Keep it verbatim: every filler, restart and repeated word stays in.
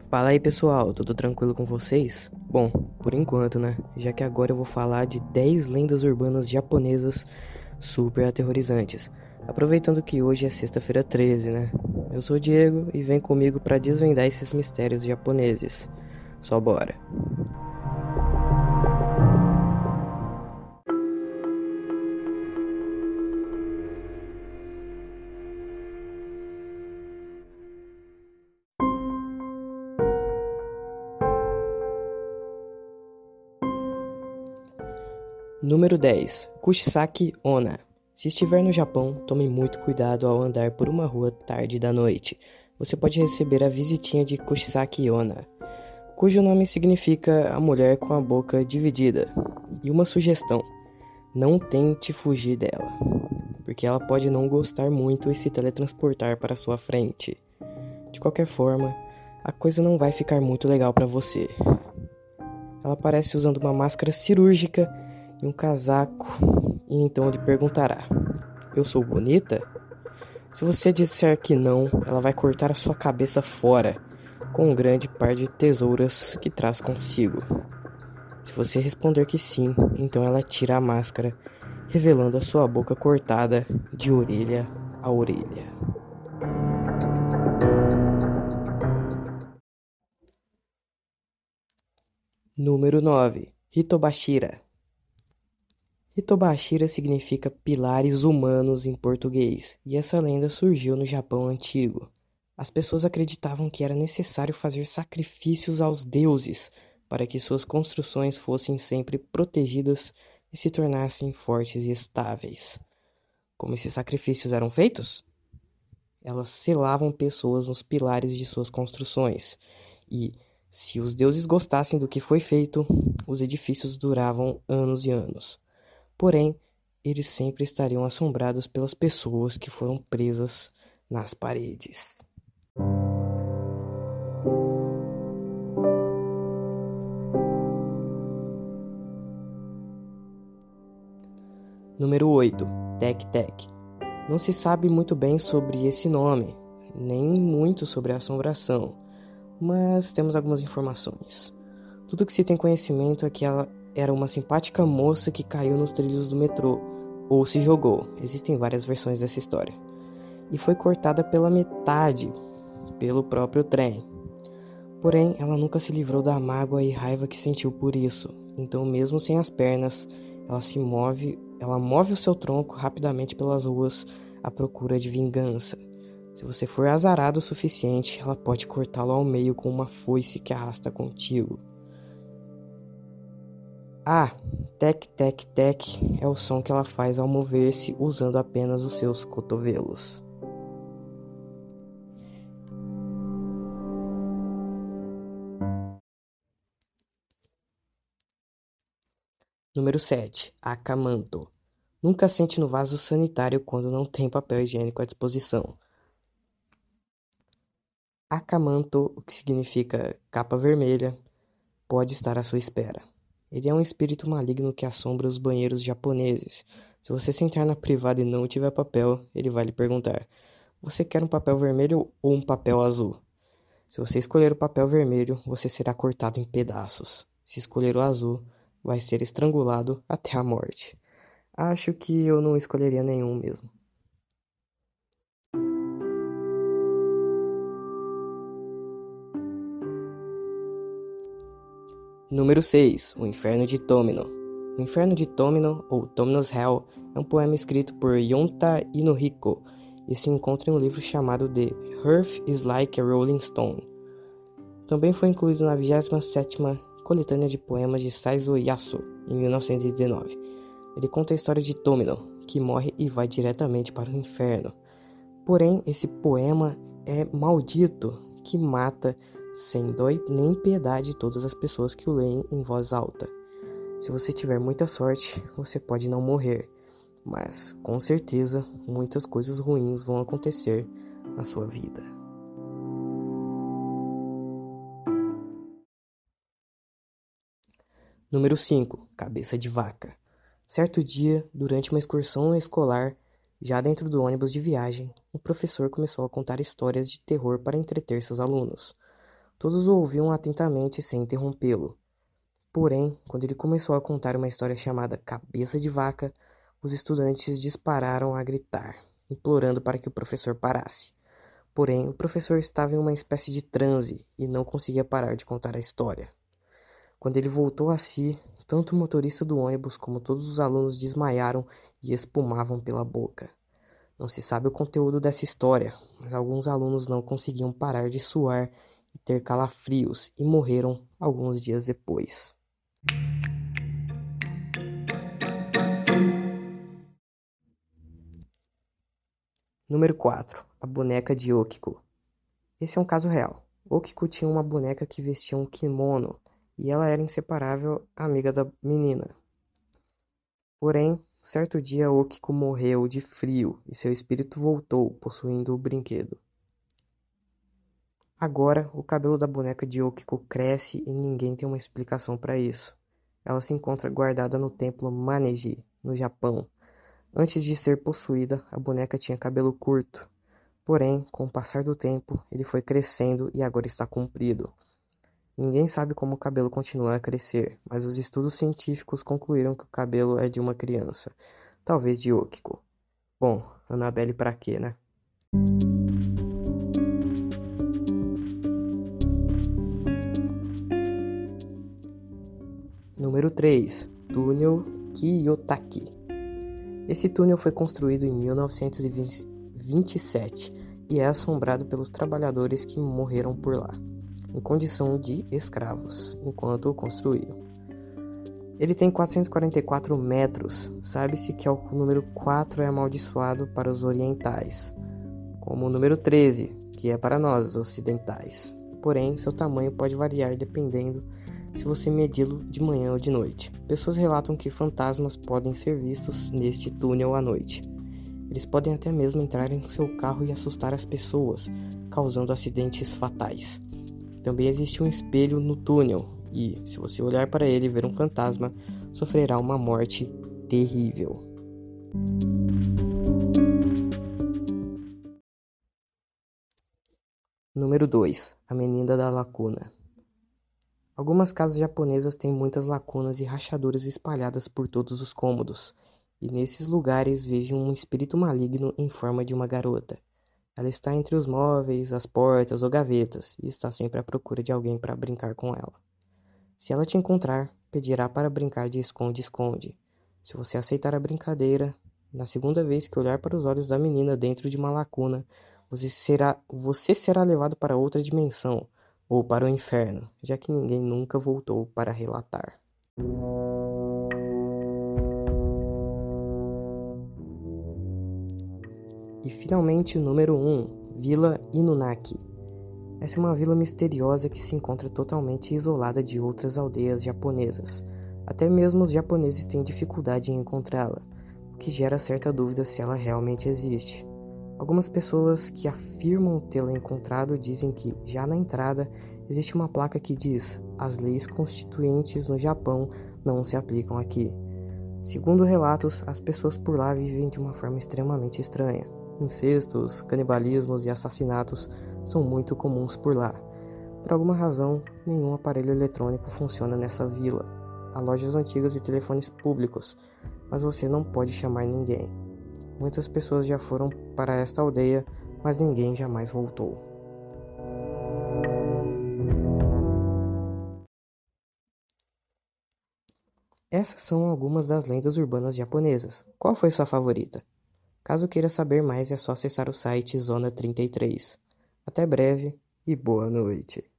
Fala aí pessoal, tudo tranquilo com vocês? Bom, por enquanto, né? Já que agora eu vou falar de dez lendas urbanas japonesas super aterrorizantes. Aproveitando que hoje é sexta-feira treze, né? Eu sou o Diego e vem comigo para desvendar esses mistérios japoneses. Só bora! Número dez. Kushisaki Onna. Se estiver no Japão, tome muito cuidado ao andar por uma rua tarde da noite. Você pode receber a visitinha de Kushisaki Onna, cujo nome significa a mulher com a boca dividida. E uma sugestão: não tente fugir dela, porque ela pode não gostar muito e se teletransportar para sua frente. De qualquer forma, a coisa não vai ficar muito legal para você. Ela aparece usando uma máscara cirúrgica e um casaco, e então lhe perguntará: eu sou bonita? Se você disser que não, ela vai cortar a sua cabeça fora com um grande par de tesouras que traz consigo. Se você responder que sim, então ela tira a máscara, revelando a sua boca cortada de orelha a orelha. Número nove. Hitobashira. Hitobashira significa pilares humanos em português, e essa lenda surgiu no Japão antigo. As pessoas acreditavam que era necessário fazer sacrifícios aos deuses para que suas construções fossem sempre protegidas e se tornassem fortes e estáveis. Como esses sacrifícios eram feitos? Elas selavam pessoas nos pilares de suas construções, e, se os deuses gostassem do que foi feito, os edifícios duravam anos e anos. Porém, eles sempre estariam assombrados pelas pessoas que foram presas nas paredes. Número oito. Tec-Tec. Não se sabe muito bem sobre esse nome, nem muito sobre a assombração, mas temos algumas informações. Tudo que se tem conhecimento é que ela era uma simpática moça que caiu nos trilhos do metrô, ou se jogou, existem várias versões dessa história, e foi cortada pela metade pelo próprio trem. Porém, ela nunca se livrou da mágoa e raiva que sentiu por isso, então mesmo sem as pernas, ela se move, ela move o seu tronco rapidamente pelas ruas à procura de vingança. Se você for azarado o suficiente, ela pode cortá-lo ao meio com uma foice que arrasta contigo. Ah, tec-tec-tec é o som que ela faz ao mover-se usando apenas os seus cotovelos. Número sete. Akamanto. Nunca sente no vaso sanitário quando não tem papel higiênico à disposição. Akamanto, o que significa capa vermelha, pode estar à sua espera. Ele é um espírito maligno que assombra os banheiros japoneses. Se você sentar na privada e não tiver papel, ele vai lhe perguntar: você quer um papel vermelho ou um papel azul? Se você escolher o papel vermelho, você será cortado em pedaços. Se escolher o azul, vai ser estrangulado até a morte. Acho que eu não escolheria nenhum mesmo. Número seis. O Inferno de Tomino. O Inferno de Tomino, ou Tomino's Hell, é um poema escrito por Yonta Inuhiko e se encontra em um livro chamado The Earth is Like a Rolling Stone. Também foi incluído na vigésima sétima coletânea de poemas de Saizo Yasu, em mil novecentos e dezenove. Ele conta a história de Tomino, que morre e vai diretamente para o inferno. Porém, esse poema é maldito, que mata sem dó nem piedade todas as pessoas que o leem em voz alta. Se você tiver muita sorte, você pode não morrer, mas com certeza muitas coisas ruins vão acontecer na sua vida. Número cinco. Cabeça de vaca. Certo dia, durante uma excursão escolar, já dentro do ônibus de viagem, o professor começou a contar histórias de terror para entreter seus alunos. Todos o ouviam atentamente sem interrompê-lo. Porém, quando ele começou a contar uma história chamada Cabeça de Vaca, os estudantes dispararam a gritar, implorando para que o professor parasse. Porém, o professor estava em uma espécie de transe e não conseguia parar de contar a história. Quando ele voltou a si, tanto o motorista do ônibus como todos os alunos desmaiaram e espumavam pela boca. Não se sabe o conteúdo dessa história, mas alguns alunos não conseguiam parar de suar e ter calafrios e morreram alguns dias depois. Número quatro. A boneca de Okiko. Esse é um caso real. Okiko tinha uma boneca que vestia um kimono e ela era inseparável amiga da menina. Porém, certo dia Okiko morreu de frio e seu espírito voltou, possuindo o brinquedo. Agora, o cabelo da boneca de Okiko cresce e ninguém tem uma explicação para isso. Ela se encontra guardada no templo Maneji, no Japão. Antes de ser possuída, a boneca tinha cabelo curto. Porém, com o passar do tempo, ele foi crescendo e agora está comprido. Ninguém sabe como o cabelo continua a crescer, mas os estudos científicos concluíram que o cabelo é de uma criança, talvez de Okiko. Bom, Annabelle pra quê, né? Número três. Túnel Kiyotaki. Esse túnel foi construído em mil novecentos e vinte e sete e é assombrado pelos trabalhadores que morreram por lá, em condição de escravos, enquanto o construíam. Ele tem quatrocentos e quarenta e quatro metros. Sabe-se que o número quatro é amaldiçoado para os orientais, como o número treze, que é para nós, os ocidentais. Porém, seu tamanho pode variar dependendo se você medi-lo de manhã ou de noite. Pessoas relatam que fantasmas podem ser vistos neste túnel à noite. Eles podem até mesmo entrar em seu carro e assustar as pessoas, causando acidentes fatais. Também existe um espelho no túnel e, se você olhar para ele e ver um fantasma, sofrerá uma morte terrível. Número dois. A Menina da Lacuna. Algumas casas japonesas têm muitas lacunas e rachaduras espalhadas por todos os cômodos, e nesses lugares vejo um espírito maligno em forma de uma garota. Ela está entre os móveis, as portas ou gavetas, e está sempre à procura de alguém para brincar com ela. Se ela te encontrar, pedirá para brincar de esconde-esconde. Se você aceitar a brincadeira, na segunda vez que olhar para os olhos da menina dentro de uma lacuna, você será, você será levado para outra dimensão, ou para o inferno, já que ninguém nunca voltou para relatar. E finalmente o número um, Vila Inunaki. Essa é uma vila misteriosa que se encontra totalmente isolada de outras aldeias japonesas. Até mesmo os japoneses têm dificuldade em encontrá-la, o que gera certa dúvida se ela realmente existe. Algumas pessoas que afirmam tê-la encontrado dizem que, já na entrada, existe uma placa que diz: as leis constituintes no Japão não se aplicam aqui. Segundo relatos, as pessoas por lá vivem de uma forma extremamente estranha. Incestos, canibalismos e assassinatos são muito comuns por lá. Por alguma razão, nenhum aparelho eletrônico funciona nessa vila. Há lojas antigas e telefones públicos, mas você não pode chamar ninguém. Muitas pessoas já foram para esta aldeia, mas ninguém jamais voltou. Essas são algumas das lendas urbanas japonesas. Qual foi sua favorita? Caso queira saber mais, é só acessar o site Zona trinta e três. Até breve e boa noite.